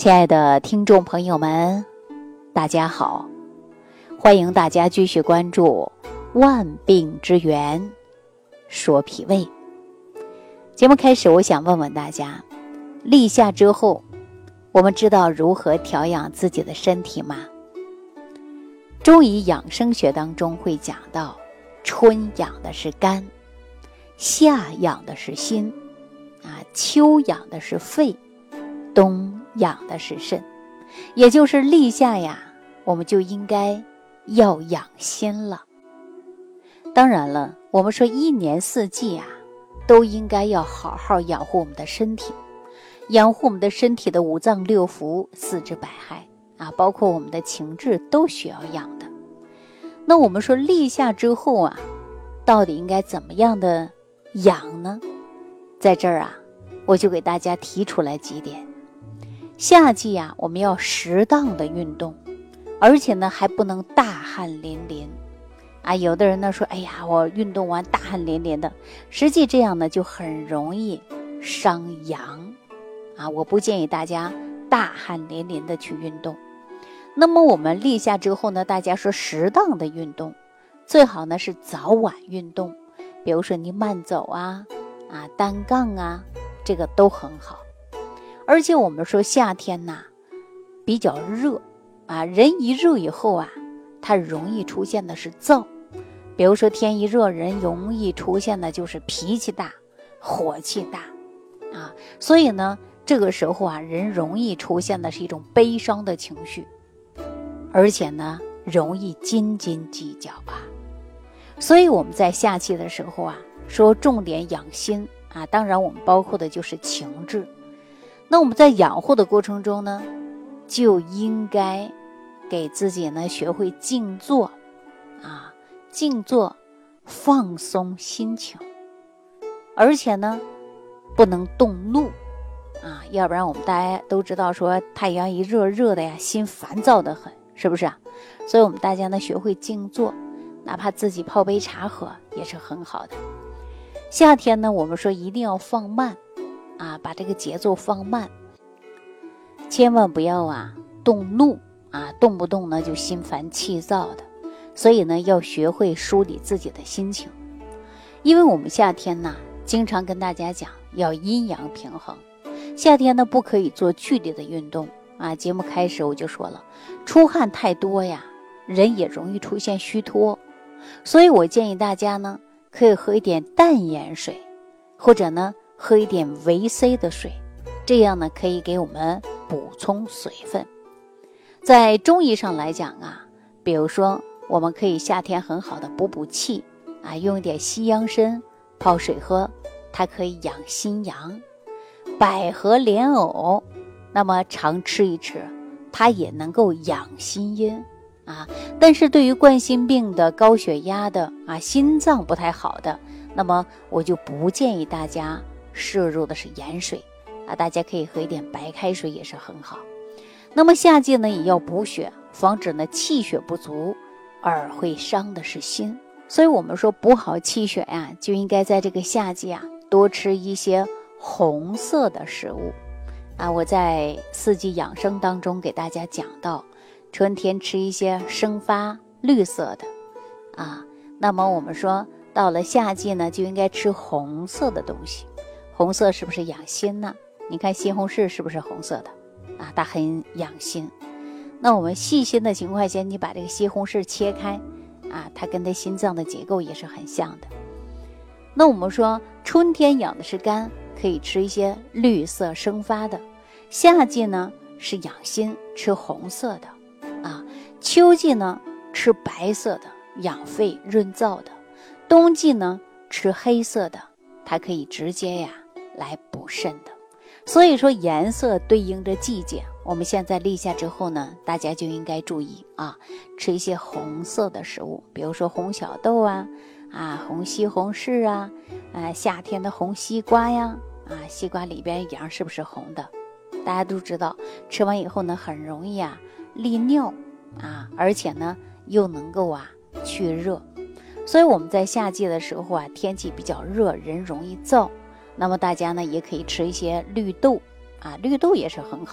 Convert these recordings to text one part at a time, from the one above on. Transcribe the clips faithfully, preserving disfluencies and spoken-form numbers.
亲爱的听众朋友们，大家好，欢迎大家继续关注万病之源说脾胃。节目开始，我想问问大家，立夏之后，我们知道如何调养自己的身体吗？中医养生学当中会讲到，春养的是肝，夏养的是心，啊，秋养的是肺，冬养的是肾。也就是立夏呀，我们就应该要养心了。当然了，我们说一年四季啊，都应该要好好养护我们的身体，养护我们的身体的五脏六腑、四肢百骸啊，包括我们的情志都需要养的。那我们说立夏之后啊，到底应该怎么样的养呢？在这儿啊，我就给大家提出来几点。夏季啊，我们要适当的运动，而且呢还不能大汗淋淋啊。有的人呢说，哎呀，我运动完大汗淋淋的，实际这样呢就很容易伤阳啊。我不建议大家大汗淋淋的去运动。那么我们立夏之后呢，大家说适当的运动，最好呢是早晚运动，比如说你慢走啊啊单杠啊，这个都很好。而且我们说夏天呐比较热啊，人一热以后啊，它容易出现的是燥。比如说天一热，人容易出现的就是脾气大、火气大啊。所以呢，这个时候啊，人容易出现的是一种悲伤的情绪，而且呢，容易斤斤计较啊。所以我们在夏季的时候啊，说重点养心啊，当然我们包括的就是情志。那我们在养护的过程中呢，就应该给自己呢学会静坐啊，静坐放松心情，而且呢不能动怒啊，要不然我们大家都知道说太阳一热热的呀，心烦躁的很，是不是啊？所以我们大家呢学会静坐，哪怕自己泡杯茶喝也是很好的。夏天呢，我们说一定要放慢啊，把这个节奏放慢，千万不要啊动怒啊，动不动呢就心烦气躁的。所以呢，要学会梳理自己的心情。因为我们夏天呢，经常跟大家讲要阴阳平衡。夏天呢，不可以做剧烈的运动啊。节目开始我就说了，出汗太多呀，人也容易出现虚脱。所以我建议大家呢，可以喝一点淡盐水，或者呢喝一点维 C 的水，这样呢可以给我们补充水分。在中医上来讲啊，比如说我们可以夏天很好的补补气啊，用一点西洋参泡水喝，它可以养心阳。百合莲藕，那么常吃一吃，它也能够养心阴啊。但是对于冠心病的、高血压的啊、心脏不太好的，那么我就不建议大家摄入的是盐水啊，大家可以喝一点白开水也是很好。那么夏季呢也要补血，防止呢气血不足而会伤的是心。所以我们说补好气血呀，就应该在这个夏季啊多吃一些红色的食物啊。我在四季养生当中给大家讲到，春天吃一些生发绿色的啊，那么我们说到了夏季呢，就应该吃红色的东西。红色是不是养心呢？你看西红柿是不是红色的啊？它很养心。那我们细心的情况下，你把这个西红柿切开啊，它跟它心脏的结构也是很像的。那我们说春天养的是肝，可以吃一些绿色生发的。夏季呢是养心，吃红色的啊。秋季呢吃白色的，养肺润燥的。冬季呢吃黑色的，它可以直接呀来补肾的。所以说颜色对应着季节，我们现在立夏之后呢，大家就应该注意啊，吃一些红色的食物，比如说红小豆啊啊红西红柿啊啊夏天的红西瓜呀啊西瓜里边瓤是不是红的？大家都知道吃完以后呢很容易啊利尿啊，而且呢又能够啊去热。所以我们在夏季的时候啊，天气比较热，人容易燥，那么大家呢也可以吃一些绿豆啊，绿豆也是很好的，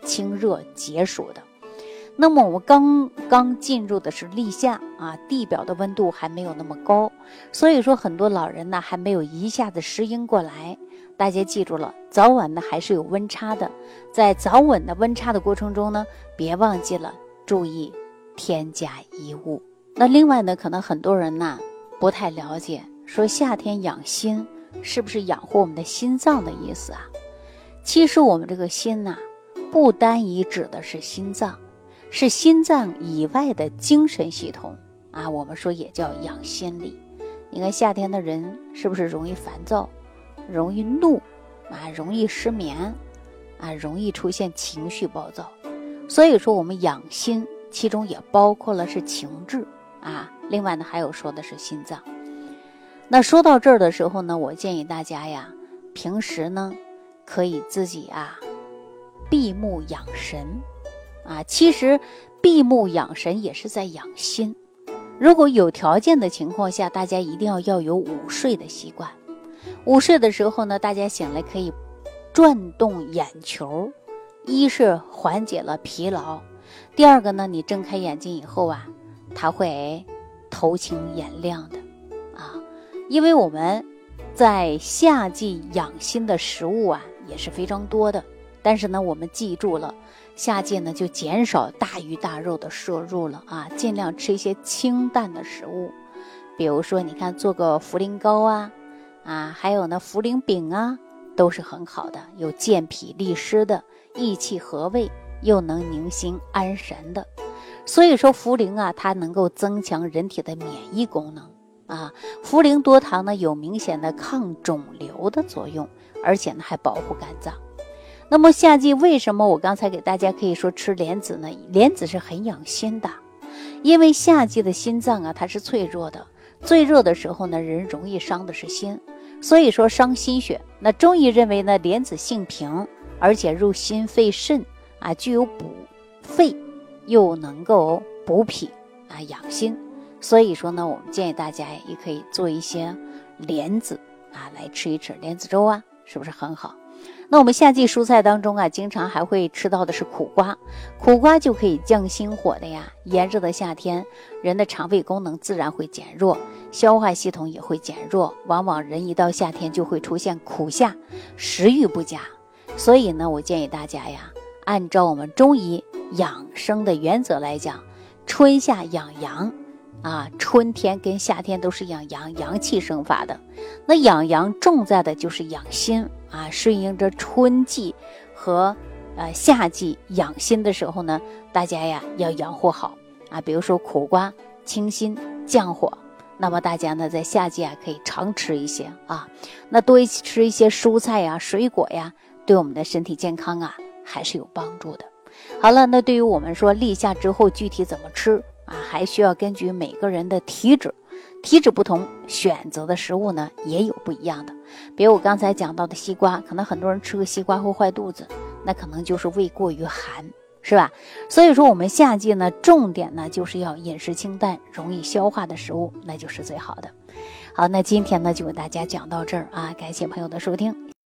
清热解暑的。那么我们刚刚进入的是立夏啊，地表的温度还没有那么高，所以说很多老人呢还没有一下子适应过来。大家记住了，早晚呢还是有温差的，在早晚的温差的过程中呢，别忘记了注意添加衣物。那另外呢，可能很多人呢不太了解，说夏天养心是不是养活我们的心脏的意思啊？其实我们这个心呐、啊，不单一指的是心脏，是心脏以外的精神系统啊，我们说也叫养心理。你看夏天的人是不是容易烦躁，容易怒啊，容易失眠啊，容易出现情绪暴躁。所以说我们养心其中也包括了是情志啊，另外呢还有说的是心脏。那说到这儿的时候呢，我建议大家呀，平时呢可以自己啊闭目养神啊，其实闭目养神也是在养心。如果有条件的情况下，大家一定要要有午睡的习惯。午睡的时候呢，大家醒来可以转动眼球，一是缓解了疲劳，第二个呢，你睁开眼睛以后啊，它会头清眼亮的啊。因为我们在夏季养心的食物啊也是非常多的，但是呢，我们记住了，夏季呢就减少大鱼大肉的摄入了啊，尽量吃一些清淡的食物，比如说你看做个茯苓糕啊，啊，还有呢茯苓饼啊，都是很好的，有健脾利湿的，益气和胃，又能宁心安神的。所以说茯苓啊，它能够增强人体的免疫功能啊。茯苓多糖呢，有明显的抗肿瘤的作用，而且呢还保护肝脏。那么夏季为什么我刚才给大家可以说吃莲子呢？莲子是很养心的，因为夏季的心脏啊，它是脆弱的，最热的时候呢，人容易伤的是心，所以说伤心血。那中医认为呢，莲子性平，而且入心肺肾啊，具有补肺又能够补脾啊，养心。所以说呢，我们建议大家也可以做一些莲子啊来吃一吃，莲子粥啊，是不是很好？那我们夏季蔬菜当中啊，经常还会吃到的是苦瓜，苦瓜就可以降心火的呀。炎热的夏天，人的肠胃功能自然会减弱，消化系统也会减弱，往往人一到夏天就会出现苦夏，食欲不佳。所以呢，我建议大家呀，按照我们中医养生的原则来讲，春夏养阳啊，春天跟夏天都是养阳，阳气生发的。那养阳重在的就是养心啊，顺应着春季和呃夏季养心的时候呢，大家呀要养活好啊。比如说苦瓜清心降火，那么大家呢在夏季啊可以常吃一些啊，那多吃一些蔬菜呀、水果呀，对我们的身体健康啊还是有帮助的。好了，那对于我们说立夏之后具体怎么吃啊，还需要根据每个人的体质，体质不同，选择的食物呢也有不一样的。比如我刚才讲到的西瓜，可能很多人吃个西瓜会坏肚子，那可能就是胃过于寒，是吧？所以说我们夏季呢，重点呢就是要饮食清淡，容易消化的食物，那就是最好的。好，那今天呢就给大家讲到这儿啊，感谢朋友的收听。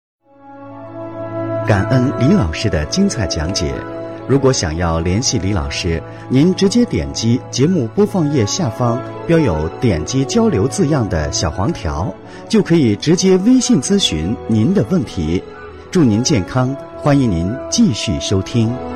感恩李老师的精彩讲解。如果想要联系李老师，您直接点击节目播放页下方标有点击交流字样的小黄条，就可以直接微信咨询您的问题。祝您健康，欢迎您继续收听。